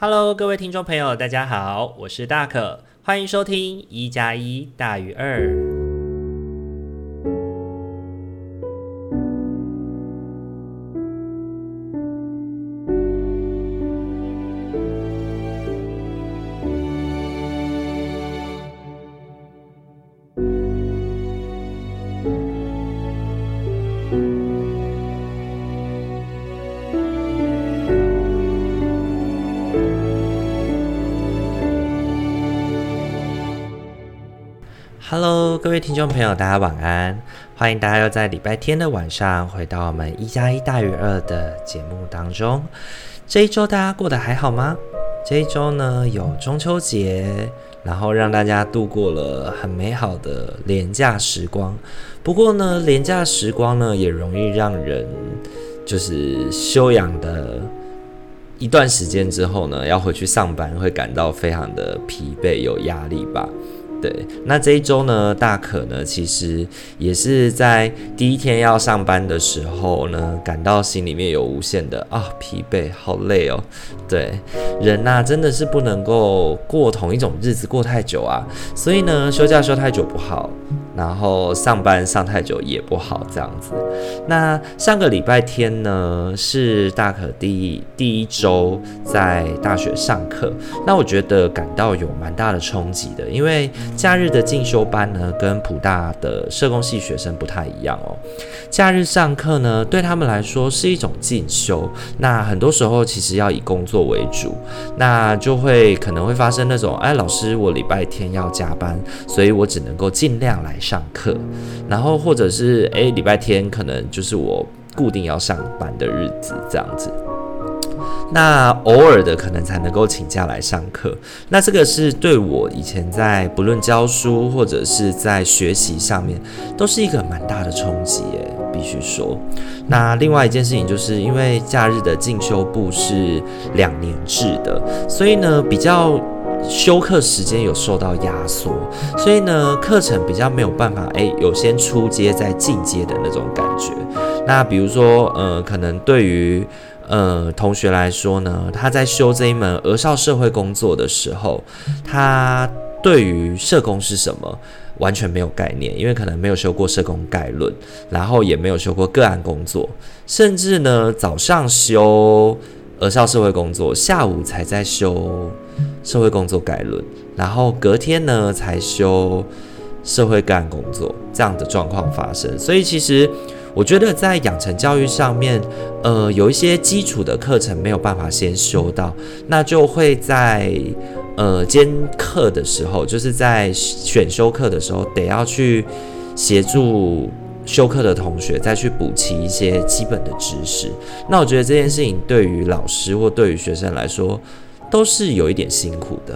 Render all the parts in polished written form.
Hello，各位听众朋友，大家好，我是大可，欢迎收听1+1大于2。Hello， 各位听众朋友，大家晚安！欢迎大家又在礼拜天的晚上回到我们1+1大于2的节目当中。这一周大家过得还好吗？这一周呢有中秋节，然后让大家度过了很美好的连假时光。不过呢，连假时光呢也容易让人就是休养的一段时间之后呢，要回去上班，会感到非常的疲惫，有压力吧。对，那这一周呢，大可呢，其实也是在第一天要上班的时候呢，感到心里面有无限的疲惫，好累哦。对，人啊，真的是不能够过同一种日子过太久啊，所以呢，休假休太久不好，然后上班上太久也不好，这样子。那上个礼拜天呢，是大可第一周在大学上课，那我觉得感到有蛮大的冲击的，因为假日的进修班呢，跟普大的社工系学生不太一样哦。假日上课呢，对他们来说是一种进修，那很多时候其实要以工作为主，那就会可能会发生那种，老师我礼拜天要加班，所以我只能够尽量来上课，然后或者是礼拜天可能就是我固定要上班的日子这样子。那偶尔的可能才能够请假来上课，那这个是对我以前在不论教书或者是在学习上面，都是一个蛮大的冲击耶，必须说。那另外一件事情就是因为假日的进修部是2年制的，所以呢比较修课时间有受到压缩，所以呢课程比较没有办法有先出阶再进阶的那种感觉。那比如说可能对于同学来说呢，他在修这一门儿少社会工作的时候，他对于社工是什么完全没有概念，因为可能没有修过社工概论，然后也没有修过个案工作，甚至呢早上修儿少社会工作，下午才在修社会工作概论，然后隔天呢才修社会个案工作，这样的状况发生。所以其实我觉得在养成教育上面，有一些基础的课程没有办法先修到，那就会在兼课的时候，就是在选修课的时候，得要去协助修课的同学再去补齐一些基本的知识。那我觉得这件事情对于老师或对于学生来说，都是有一点辛苦的，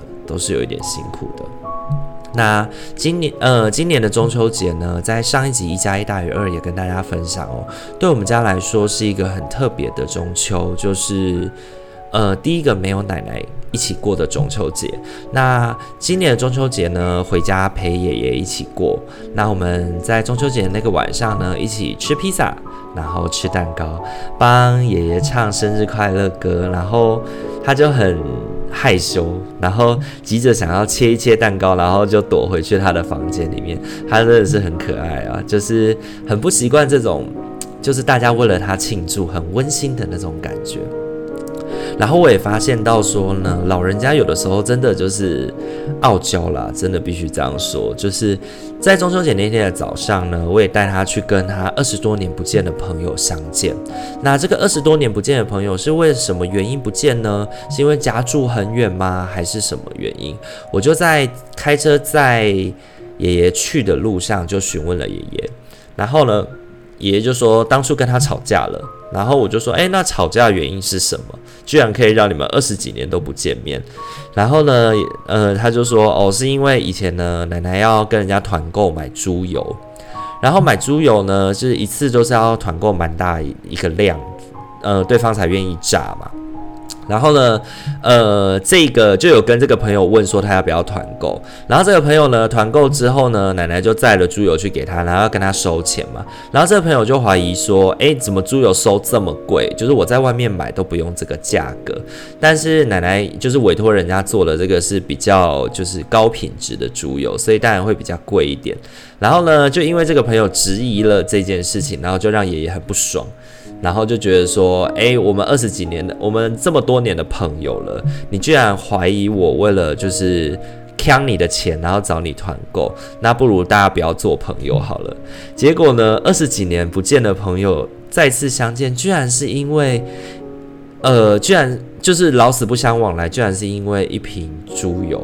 那今年的中秋节呢，在上一集1+1大于2也跟大家分享哦，对我们家来说是一个很特别的中秋，就是第一个没有奶奶一起过的中秋节。那今年的中秋节呢，回家陪爷爷一起过。那我们在中秋节的那个晚上呢，一起吃披萨，然后吃蛋糕，帮爷爷唱生日快乐歌，然后他就很害羞，然后急着想要切一切蛋糕，然后就躲回去他的房间里面。他真的是很可爱啊，就是很不习惯这种，就是大家为了他庆祝，很温馨的那种感觉。然后我也发现到说呢，老人家有的时候真的就是傲娇啦，真的必须这样说。就是在中秋节那天的早上呢，我也带他去跟他20多年不见的朋友相见。那这个20多年不见的朋友是为什么原因不见呢？是因为家住很远吗？还是什么原因？我就在开车在爷爷去的路上就询问了爷爷，然后呢，爷爷就说当初跟他吵架了。然后我就说，那吵架的原因是什么？居然可以让你们20几年都不见面。然后呢，他就说，是因为以前呢，奶奶要跟人家团购买猪油，然后买猪油呢，就是一次都是要团购蛮大一个量，对方才愿意炸嘛。 然后呢，这个就有跟这个朋友问说他要不要团购，然后这个朋友呢团购之后呢，奶奶就载了猪油去给他，然后要跟他收钱嘛，然后这个朋友就怀疑说，怎么猪油收这么贵？就是我在外面买都不用这个价格，但是奶奶就是委托人家做的这个是比较就是高品质的猪油，所以当然会比较贵一点。然后呢，就因为这个朋友质疑了这件事情，然后就让爷爷很不爽。然后就觉得说，我们20几年的，我们这么多年的朋友了，你居然怀疑我为了就是坑你的钱，然后找你团购，那不如大家不要做朋友好了。结果呢，20几年不见的朋友再次相见，居然是因为，居然就是老死不相往来，居然是因为一瓶猪油。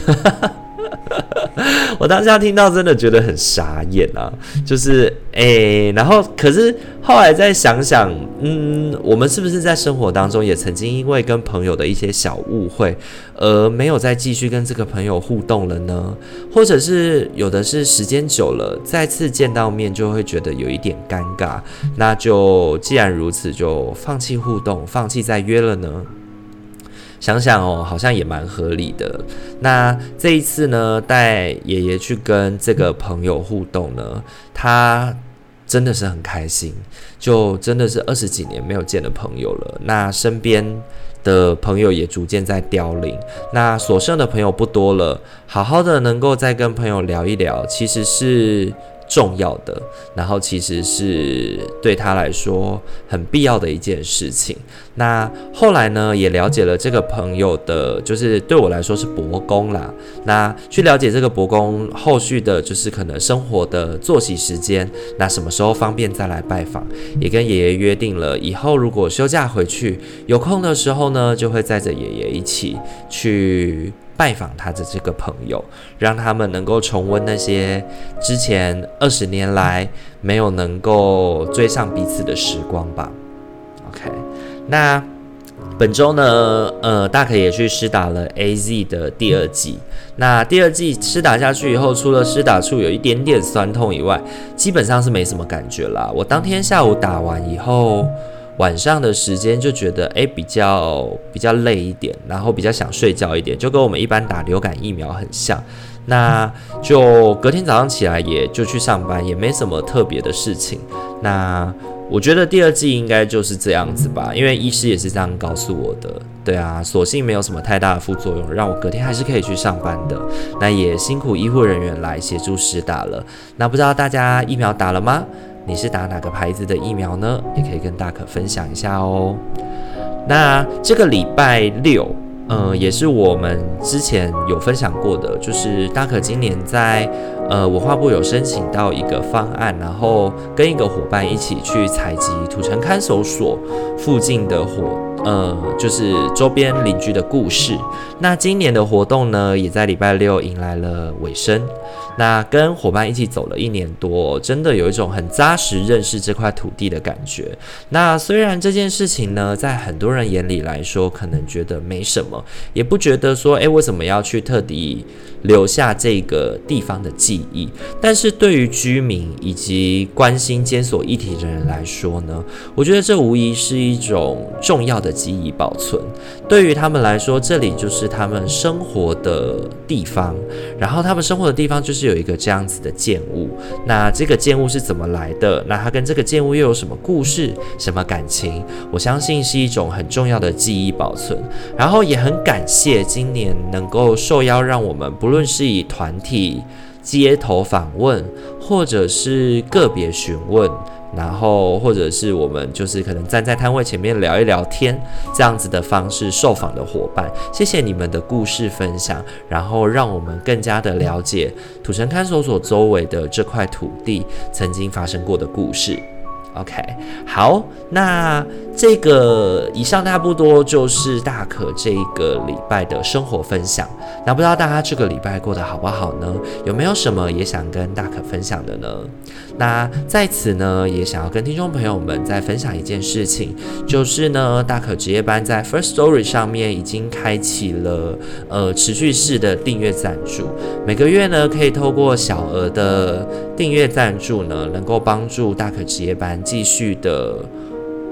我当下听到真的觉得很傻眼啊，就是然后可是后来再想想，我们是不是在生活当中也曾经因为跟朋友的一些小误会，而没有再继续跟这个朋友互动了呢？或者是有的是时间久了，再次见到面就会觉得有一点尴尬，那就既然如此，就放弃互动，放弃再约了呢？想想好像也蛮合理的。那这一次呢，带爷爷去跟这个朋友互动呢，他真的是很开心，就真的是20几年没有见的朋友了。那身边的朋友也逐渐在凋零，那所剩的朋友不多了，好好的能够再跟朋友聊一聊，其实是重要的，然后其实是对他来说很必要的一件事情。那后来呢，也了解了这个朋友的，就是对我来说是伯公啦。那去了解这个伯公后续的，就是可能生活的作息时间，那什么时候方便再来拜访，也跟爷爷约定了，以后如果休假回去，有空的时候呢，就会载着爷爷一起去拜访他的这个朋友，让他们能够重温那些之前20年来没有能够追上彼此的时光吧。OK， 那本周呢，大可也去施打了 AZ 的第2剂。那第2剂施打下去以后，除了施打处有一点点酸痛以外，基本上是没什么感觉啦。我当天下午打完以后，晚上的时间就觉得比较累一点，然后比较想睡觉一点，就跟我们一般打流感疫苗很像。那就隔天早上起来也就去上班，也没什么特别的事情。那我觉得第2剂应该就是这样子吧，因为医师也是这样告诉我的。对啊，所幸没有什么太大的副作用，让我隔天还是可以去上班的。那也辛苦医护人员来协助施打了。那不知道大家疫苗打了吗？你是打哪个牌子的疫苗呢？也可以跟大可分享一下哦。那这个礼拜6，也是我们之前有分享过的，就是大可今年在文化部有申请到一个方案，然后跟一个伙伴一起去采集土城看守所附近的就是周边邻居的故事。那今年的活动呢，也在礼拜6迎来了尾声。那跟伙伴一起走了1年多，真的有一种很扎实认识这块土地的感觉。那虽然这件事情呢，在很多人眼里来说，可能觉得没什么，也不觉得说，为什么要去特地留下这个地方的记忆？但是对于居民以及关心监所议题的人来说呢，我觉得这无疑是一种重要的记忆保存。对于他们来说，这里就是他们生活的地方，然后他们生活的地方就是有一个这样子的建物。那这个建物是怎么来的？那它跟这个建物又有什么故事、什么感情？我相信是一种很重要的记忆保存。然后也很感谢今年能够受邀，让我们不论是以团体街头访问，或者是个别询问，然后或者是我们就是可能站在摊位前面聊一聊天，这样子的方式受访的伙伴，谢谢你们的故事分享，然后让我们更加的了解土城看守所周围的这块土地曾经发生过的故事。OK， 好，那这个以上差不多就是大可这个礼拜的生活分享。那不知道大家这个礼拜过得好不好呢？有没有什么也想跟大可分享的呢？那在此呢，也想要跟听众朋友们再分享一件事情，就是呢，大可职业班在 First Story 上面已经开启了持续式的订阅赞助，每个月呢可以透过小额的订阅赞助呢，能够帮助大可职业班继续的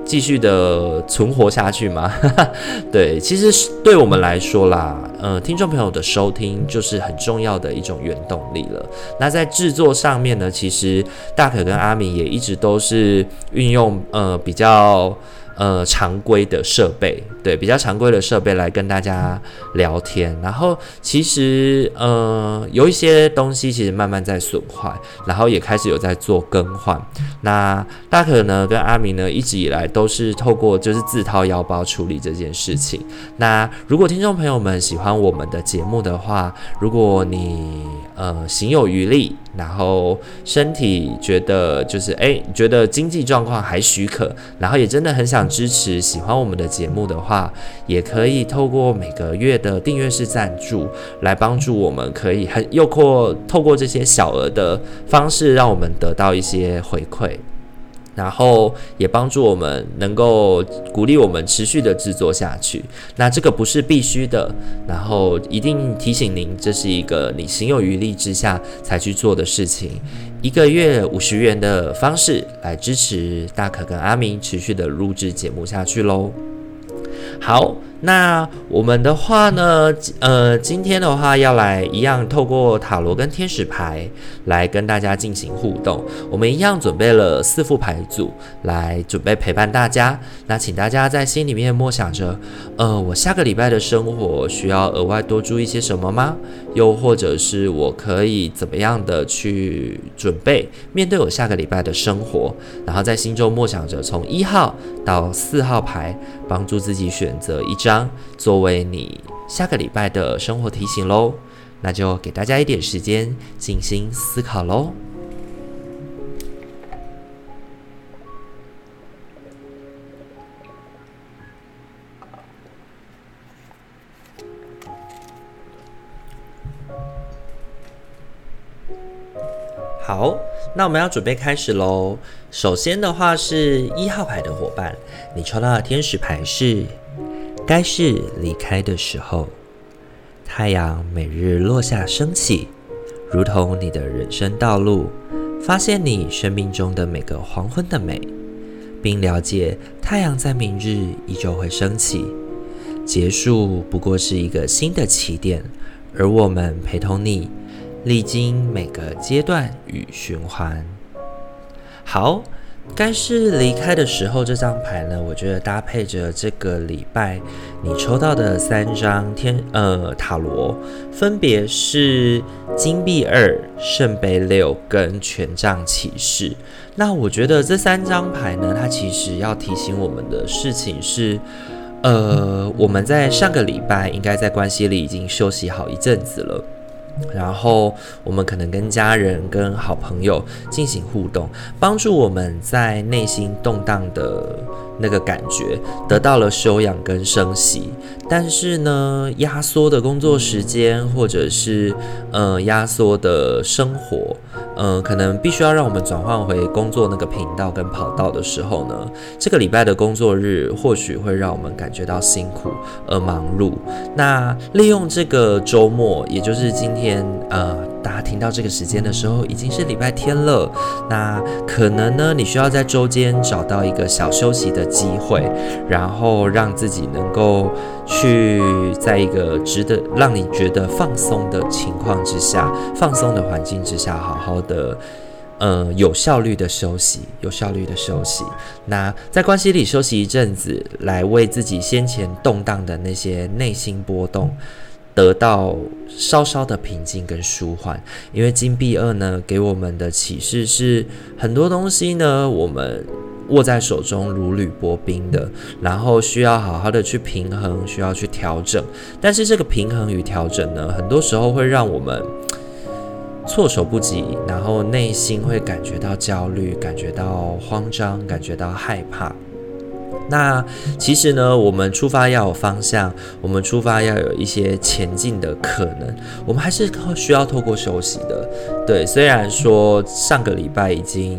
继续的存活下去吗？对，其实对我们来说啦，听众朋友的收听就是很重要的一种原动力了。那在制作上面呢，其实大可跟阿明也一直都是运用比较常规的设备，对，比较常规的设备来跟大家聊天。然后其实有一些东西其实慢慢在损坏，然后也开始有在做更换。那大可呢跟阿明呢一直以来都是透过就是自掏腰包处理这件事情。那如果听众朋友们喜欢我们的节目的话，如果你行有余力，然后身体觉得就是觉得经济状况还许可，然后也真的很想支持喜欢我们的节目的话，也可以透过每个月的订阅式赞助来帮助我们，可以透过这些小额的方式让我们得到一些回馈，然后也帮助我们能够鼓励我们持续的制作下去。那这个不是必须的，然后一定提醒您，这是一个你行有余力之下才去做的事情。一个月50元的方式来支持大可跟阿明持续的录制节目下去咯。好，那我们的话呢，今天的话要来一样透过塔罗跟天使牌来跟大家进行互动。我们一样准备了4副牌组来准备陪伴大家。那请大家在心里面默想着，我下个礼拜的生活需要额外多注意些什么吗？又或者是我可以怎么样的去准备面对我下个礼拜的生活？然后在心中默想着从1号到4号牌，帮助自己选择一张作为你下个礼拜的生活提醒咯。那就给大家一点时间静心思考咯。好，那我们要准备开始咯。首先的话是1号牌的伙伴，你抽到的天使牌是该是离开的时候。太阳每日落下升起，如同你的人生道路，发现你生命中的每个黄昏的美，并了解太阳在明日依旧会升起。结束不过是一个新的起点，而我们陪同你历经每个阶段与循环。好，该是离开的时候这张牌呢，我觉得搭配着这个礼拜你抽到的3张塔罗，分别是金币2、圣杯6跟权杖骑士。那我觉得这3张牌呢，它其实要提醒我们的事情是我们在上个礼拜应该在关系里已经休息好一阵子了，然后我们可能跟家人跟好朋友进行互动，帮助我们在内心动荡的那个感觉得到了休养跟生息。但是呢，压缩的工作时间或者是压缩的生活，可能必须要让我们转换回工作那个频道跟跑道的时候呢，这个礼拜的工作日或许会让我们感觉到辛苦而忙碌。那利用这个周末，也就是今天大家听到这个时间的时候已经是礼拜天了，那可能呢你需要在周间找到一个小休息的机会，然后让自己能够去在一个值得让你觉得放松的情况之下，放松的环境之下，好好的有效率的休息，那在关系里休息一阵子，来为自己先前动荡的那些内心波动得到稍稍的平静跟舒缓。因为金币2呢给我们的启示是，很多东西呢我们握在手中如履薄冰的，然后需要好好的去平衡，需要去调整。但是这个平衡与调整呢，很多时候会让我们措手不及，然后内心会感觉到焦虑，感觉到慌张，感觉到害怕。那其实呢，我们出发要有方向，我们出发要有一些前进的可能，我们还是需要透过休息的。对，虽然说上个礼拜已经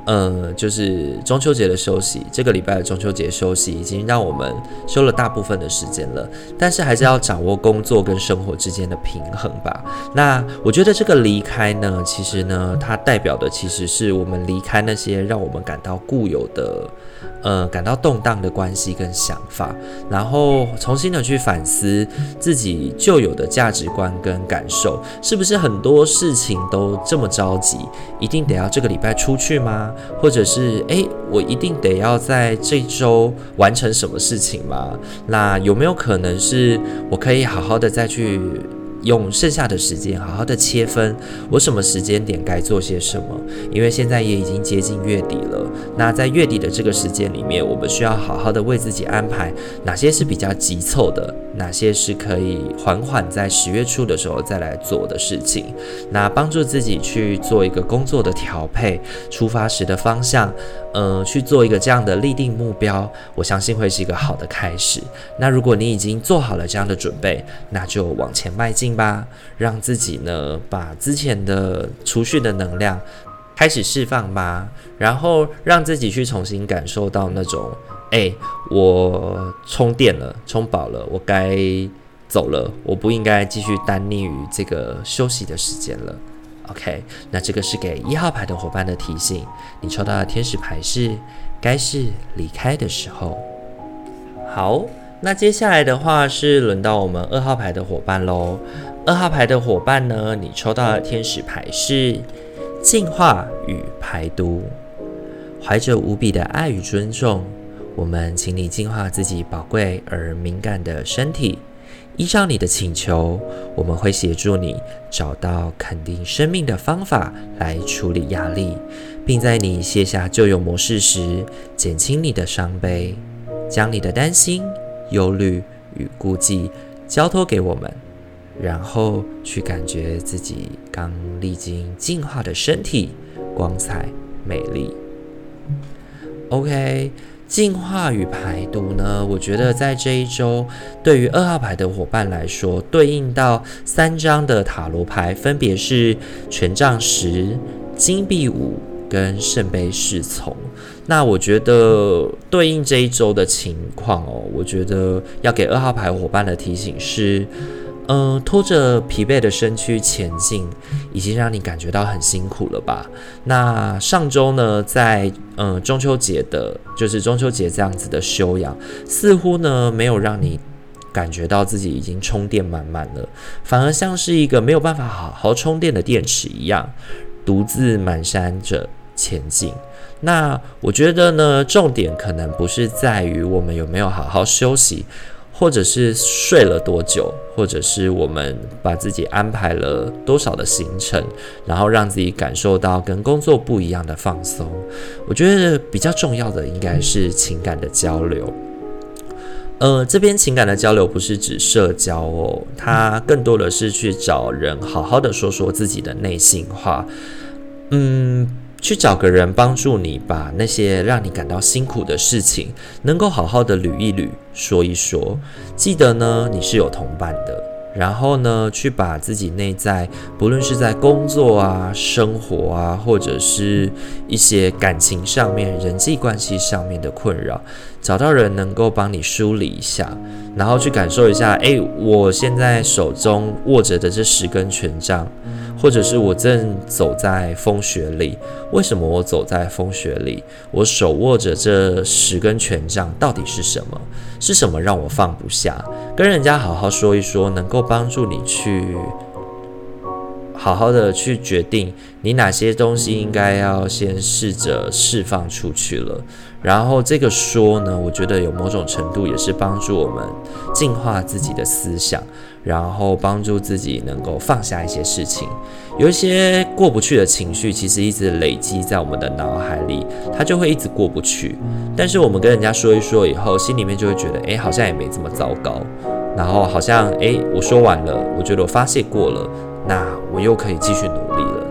就是中秋节的休息，这个礼拜的中秋节休息已经让我们休了大部分的时间了，但是还是要掌握工作跟生活之间的平衡吧。那我觉得这个离开呢，其实呢，它代表的其实是我们离开那些让我们感到固有的感到动荡的关系跟想法，然后重新的去反思自己旧有的价值观跟感受，是不是很多事情都这么着急，一定得要这个礼拜出去吗？或者是我一定得要在这周完成什么事情吗？那有没有可能是我可以好好的再去用剩下的时间好好的切分我什么时间点该做些什么，因为现在也已经接近月底了。那在月底的这个时间里面，我们需要好好的为自己安排哪些是比较急凑的，哪些是可以缓缓在10月初的时候再来做的事情。那帮助自己去做一个工作的调配，出发时的方向，去做一个这样的立定目标，我相信会是一个好的开始。那如果你已经做好了这样的准备，那就往前迈进吧，让自己呢把之前的储蓄的能量开始释放吧，然后让自己去重新感受到那种我充电了，充饱了，我该走了，我不应该继续耽溺于这个休息的时间了。OK， 那这个是给1号牌的伙伴的提醒，你抽到的天使牌是该是离开的时候。好，那接下来的话是轮到我们2号牌的伙伴咯。2号牌的伙伴呢，你抽到的天使牌是净化与排毒。怀着无比的爱与尊重，我们请你净化自己宝贵而敏感的身体。依照你的请求，我们会协助你找到肯定生命的方法来处理压力，并在你卸下旧有模式时，减轻你的伤悲，将你的担心、忧虑与孤寂交托给我们，然后去感觉自己刚历经净化的身体光彩美丽。OK， 净化与排毒呢，我觉得在这一周对于2号牌的伙伴来说，对应到3张的塔罗牌，分别是权杖10、金币5跟圣杯侍从。那我觉得对应这一周的情况我觉得要给2号牌伙伴的提醒是拖着疲惫的身躯前进，已经让你感觉到很辛苦了吧？那上周呢，在中秋节这样子的休养，似乎呢没有让你感觉到自己已经充电满满了，反而像是一个没有办法好好充电的电池一样，独自蹒跚着前进。那我觉得呢，重点可能不是在于我们有没有好好休息，或者是睡了多久，或者是我们把自己安排了多少的行程，然后让自己感受到跟工作不一样的放松。我觉得比较重要的应该是情感的交流。这边情感的交流不是指社交它更多的是去找人好好的说说自己的内心话。去找个人帮助你把那些让你感到辛苦的事情能够好好的捋一捋，说一说。记得呢，你是有同伴的，然后呢，去把自己内在不论是在工作啊、生活啊，或者是一些感情上面、人际关系上面的困扰，找到人能够帮你梳理一下，然后去感受一下我现在手中握着的这10根权杖，或者是我正走在风雪里，为什么我走在风雪里？我手握着这10根权杖到底是什么？是什么让我放不下？跟人家好好说一说，能够帮助你去好好的去决定你哪些东西应该要先试着释放出去了。然后这个说呢，我觉得有某种程度也是帮助我们净化自己的思想，然后帮助自己能够放下一些事情。有一些过不去的情绪，其实一直累积在我们的脑海里，它就会一直过不去。但是我们跟人家说一说以后，心里面就会觉得好像也没这么糟糕，然后好像我说完了，我觉得我发泄过了，那我又可以继续努力了。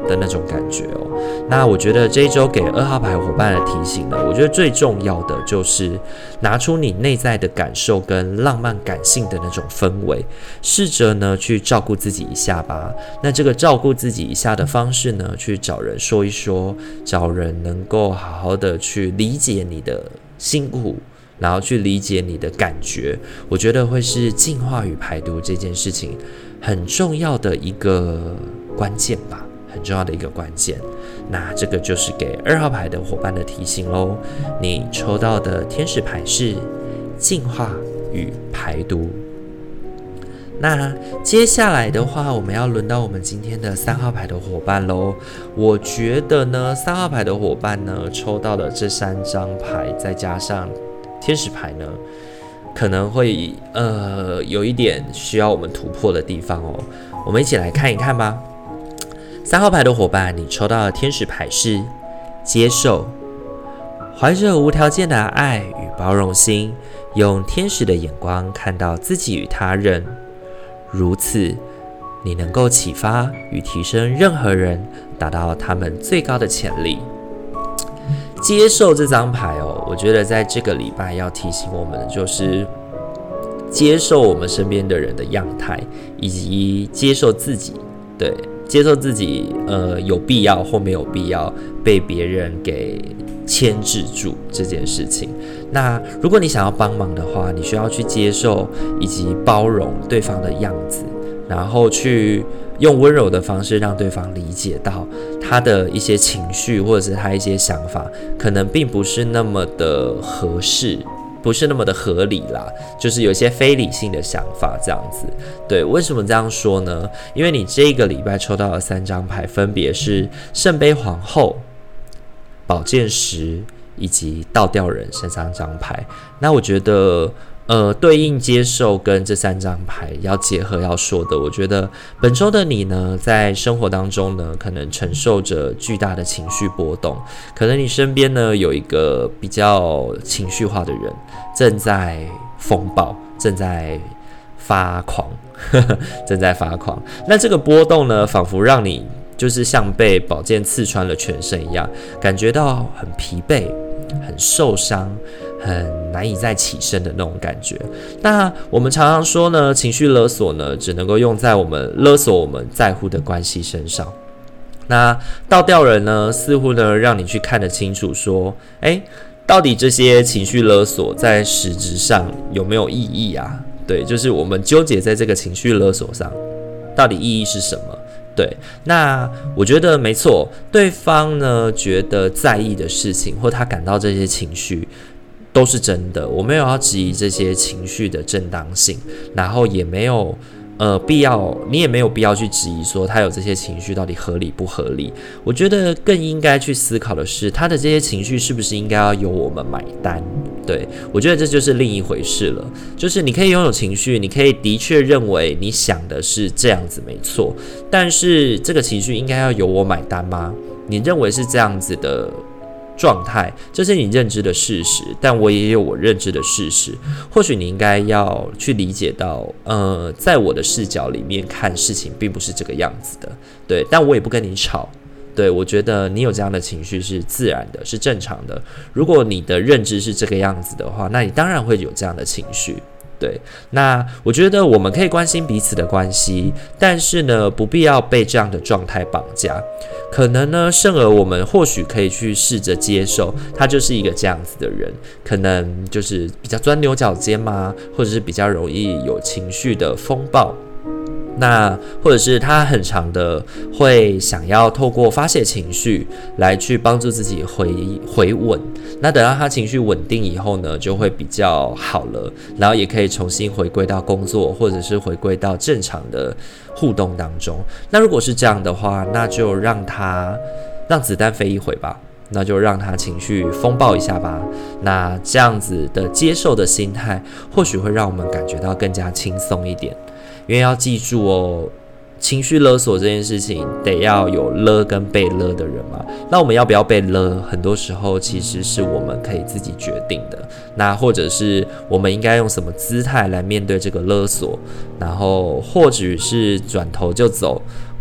的那种感觉哦。那我觉得这一周给2号牌伙伴的提醒呢，我觉得最重要的就是拿出你内在的感受跟浪漫感性的那种氛围，试着呢去照顾自己一下吧。那这个照顾自己一下的方式呢，去找人说一说，找人能够好好的去理解你的辛苦，然后去理解你的感觉，我觉得会是净化与排毒这件事情很重要的一个关键吧，很重要的一个关键。那这个就是给2号牌的伙伴的提醒咯。你抽到的天使牌是净化与排毒。那接下来的话，我们要轮到我们今天的3号牌的伙伴咯。我觉得呢，3号牌的伙伴呢，抽到的这3张牌，再加上天使牌呢，可能会有一点需要我们突破的地方哦。我们一起来看一看吧。3号牌的伙伴，你抽到的天使牌是接受，怀着无条件的爱与包容心，用天使的眼光看到自己与他人，如此你能够启发与提升任何人，达到他们最高的潜力。接受这张牌哦，我觉得在这个礼拜要提醒我们的就是接受我们身边的人的样态，以及接受自己，对，接受自己有必要或没有必要被别人给牵制住这件事情。那如果你想要帮忙的话，你需要去接受以及包容对方的样子，然后去用温柔的方式让对方理解到他的一些情绪或者是他一些想法可能并不是那么的合适，不是那么的合理啦，就是有一些非理性的想法这样子。对，为什么这样说呢？因为你这个礼拜抽到的3张牌分别是圣杯皇后、宝剑十以及倒吊人这3张牌。那我觉得对应接受跟这3张牌要结合要说的，我觉得本周的你呢，在生活当中呢，可能承受着巨大的情绪波动，可能你身边呢有一个比较情绪化的人正在风暴，正在发狂正在发狂。那这个波动呢，仿佛让你就是像被宝剑刺穿了全身一样，感觉到很疲惫、很受伤、很难以再起身的那种感觉。那我们常常说呢，情绪勒索呢，只能够用在我们勒索我们在乎的关系身上。那倒吊人呢，似乎呢让你去看得清楚说，到底这些情绪勒索在实质上有没有意义啊？对，就是我们纠结在这个情绪勒索上，到底意义是什么？对，那我觉得没错，对方呢觉得在意的事情，或他感到这些情绪都是真的，我没有要质疑这些情绪的正当性，然后也没有必要，你也没有必要去质疑说他有这些情绪到底合理不合理。我觉得更应该去思考的是，他的这些情绪是不是应该要由我们买单？对，我觉得这就是另一回事了。就是你可以拥有情绪，你可以的确认为你想的是这样子没错，但是这个情绪应该要由我买单吗？你认为是这样子的状态，这是你认知的事实，但我也有我认知的事实。或许你应该要去理解到，在我的视角里面看事情并不是这个样子的，对，但我也不跟你吵。对，我觉得你有这样的情绪是自然的，是正常的。如果你的认知是这个样子的话，那你当然会有这样的情绪。对，那我觉得我们可以关心彼此的关系，但是呢，不必要被这样的状态绑架。可能呢，甚而我们或许可以去试着接受，他就是一个这样子的人，可能就是比较钻牛角尖嘛，或者是比较容易有情绪的风暴。那或者是他很常的会想要透过发泄情绪来去帮助自己回稳，那等到他情绪稳定以后呢，就会比较好了，然后也可以重新回归到工作，或者是回归到正常的互动当中。那如果是这样的话，那就让子弹飞一回吧，那就让他情绪风暴一下吧。那这样子的接受的心态，或许会让我们感觉到更加轻松一点。因为要记住哦，情绪勒索这件事情得要有勒跟被勒的人嘛。那我们要不要被勒，很多时候其实是我们可以自己决定的。那或者是我们应该用什么姿态来面对这个勒索，然后或者是转头就走，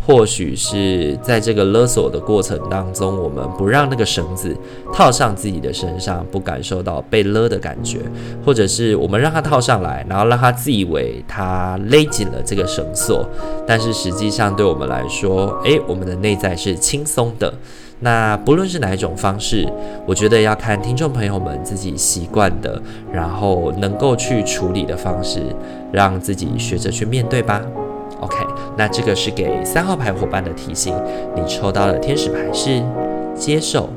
或许是在这个勒索的过程当中，我们不让那个绳子套上自己的身上，不感受到被勒的感觉，或者是我们让它套上来，然后让它自以为它勒紧了这个绳索，但是实际上对我们来说，我们的内在是轻松的。那不论是哪一种方式，我觉得要看听众朋友们自己习惯的，然后能够去处理的方式，让自己学着去面对吧。OK， 那这个是给3号牌伙伴的提醒，你抽到的天使牌是接受。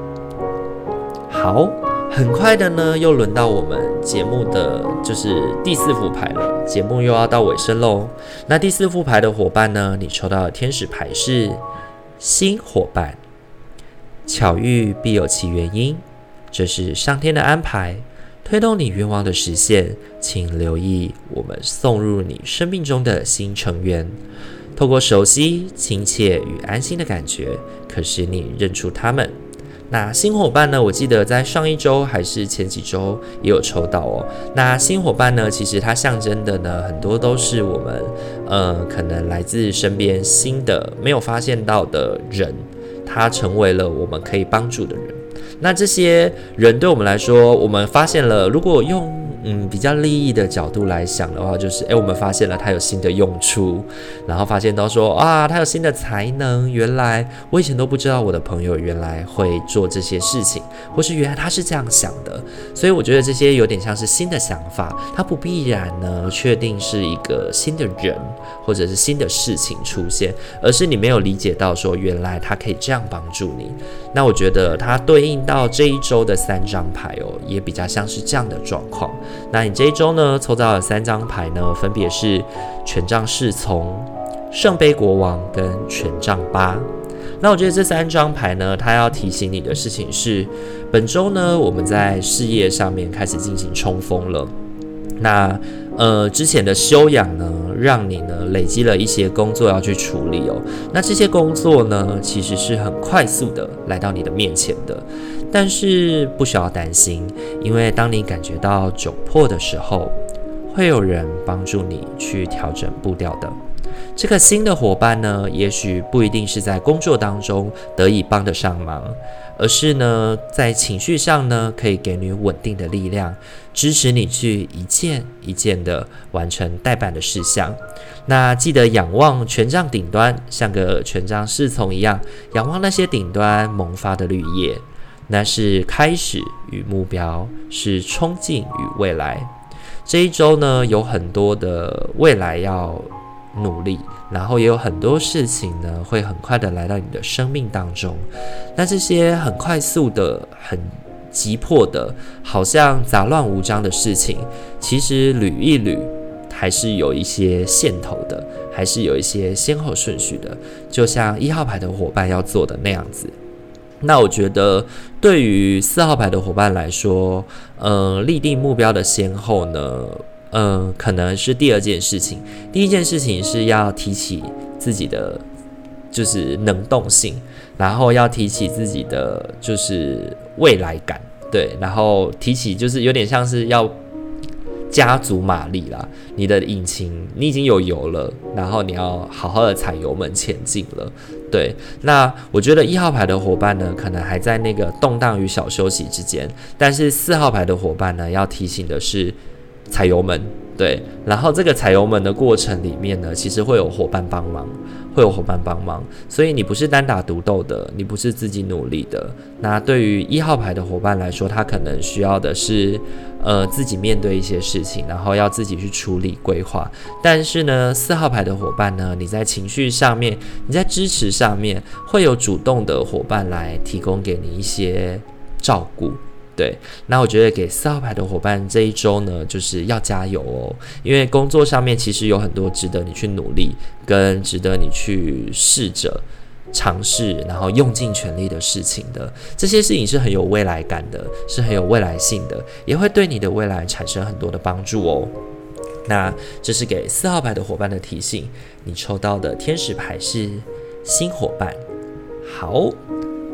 好，很快的呢，又轮到我们节目的就是第4副牌了，节目又要到尾声喽。那第4副牌的伙伴呢，你抽到的天使牌是新伙伴。巧遇必有其原因，这是上天的安排，推动你愿望的实现，请留意我们送入你生命中的新成员。透过熟悉、亲切与安心的感觉，可使你认出他们。那新伙伴呢，我记得在上一周还是前几周也有抽到哦。那新伙伴呢，其实它象征的呢，很多都是我们可能来自身边新的没有发现到的人，他成为了我们可以帮助的人。那这些人对我们来说，我们发现了，如果用比较利益的角度来想的话，就是我们发现了他有新的用处，然后发现到说他有新的才能，原来我以前都不知道我的朋友原来会做这些事情，或是原来他是这样想的。所以我觉得这些有点像是新的想法，它不必然呢确定是一个新的人或者是新的事情出现，而是你没有理解到说原来他可以这样帮助你。那我觉得它对应到这一周的3张牌也比较像是这样的状况。那你这一周呢，抽到的3张牌呢，分别是权杖侍从、圣杯国王跟权杖8。那我觉得这3张牌呢，它要提醒你的事情是，本周呢，我们在事业上面开始进行冲锋了。那之前的修养呢，让你呢累积了一些工作要去处理哦。那这些工作呢，其实是很快速的来到你的面前的，但是不需要担心，因为当你感觉到窘迫的时候，会有人帮助你去调整步调的。这个新的伙伴呢，也许不一定是在工作当中得以帮得上忙，而是呢，在情绪上呢，可以给你稳定的力量，支持你去一件一件的完成待办的事项。那记得仰望权杖顶端，像个权杖侍从一样，仰望那些顶端萌发的绿叶，那是开始与目标，是冲劲与未来。这一周呢，有很多的未来要努力，然后也有很多事情呢会很快的来到你的生命当中。那这些很快速的、很急迫的，好像杂乱无章的事情，其实捋一捋还是有一些线头的，还是有一些先后顺序的，就像1号牌的伙伴要做的那样子。那我觉得对于4号牌的伙伴来说，立定目标的先后呢，可能是第2件事情。第1件事情是要提起自己的就是能动性，然后要提起自己的就是未来感，对，然后提起就是有点像是要加足马力啦，你的引擎你已经有油了，然后你要好好的踩油门前进了。对，那我觉得1号牌的伙伴呢，可能还在那个动荡与小休息之间，但是4号牌的伙伴呢，要提醒的是踩油门。对，然后这个踩油门的过程里面呢，其实会有伙伴帮忙，所以你不是单打独斗的，你不是自己努力的。那对于1号牌的伙伴来说，他可能需要的是自己面对一些事情，然后要自己去处理规划。但是呢，4号牌的伙伴呢，你在情绪上面，你在支持上面，会有主动的伙伴来提供给你一些照顾。对，那我觉得给4号牌的伙伴这一周呢，就是要加油哦，因为工作上面其实有很多值得你去努力，跟值得你去试着尝试，然后用尽全力的事情的。这些事情是很有未来感的，是很有未来性的，也会对你的未来产生很多的帮助哦。那这是给4号牌的伙伴的提醒，你抽到的天使牌是新伙伴。好，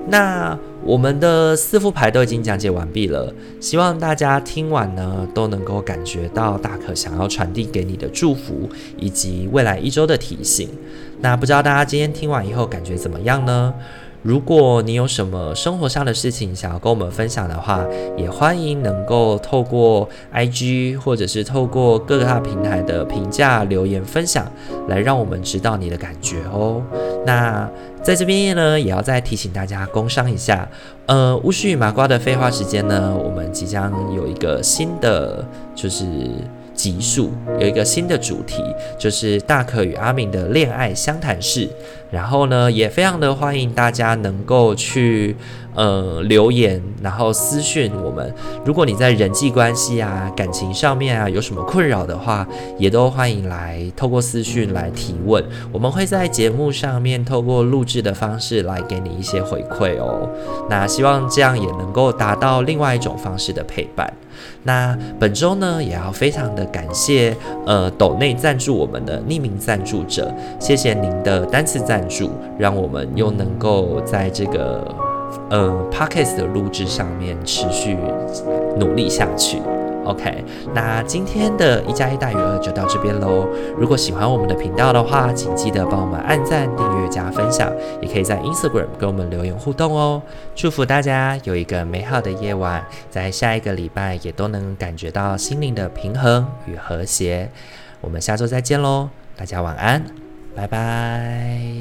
那我们的4副牌都已经讲解完毕了，希望大家听完呢都能够感觉到大可想要传递给你的祝福，以及未来1周的提醒。那不知道大家今天听完以后感觉怎么样呢？如果你有什么生活上的事情想要跟我们分享的话，也欢迎能够透过 IG 或者是透过各个平台的评价留言分享，来让我们知道你的感觉哦。那在这边呢，也要再提醒大家工商一下，巫师与麻瓜的废话时间呢，我们即将有一个新的集数，有一个新的主题，就是大可与阿明的恋爱相谈室。然后呢，也非常的欢迎大家能够去留言，然后私讯我们。如果你在人际关系啊、感情上面啊有什么困扰的话，也都欢迎来透过私讯来提问。我们会在节目上面透过录制的方式来给你一些回馈哦。那希望这样也能够达到另外一种方式的陪伴。那本周呢，也要非常的感谢斗内赞助我们的匿名赞助者，谢谢您的单次赞助，让我们又能够在这个Podcast 的录制上面持续努力下去。OK， 那今天的1+1大于2就到这边咯。如果喜欢我们的频道的话，请记得帮我们按赞、订阅、加分享，也可以在 Instagram 跟我们留言互动哦。祝福大家有一个美好的夜晚，在下一个礼拜也都能感觉到心灵的平衡与和谐。我们下周再见咯，大家晚安，拜拜。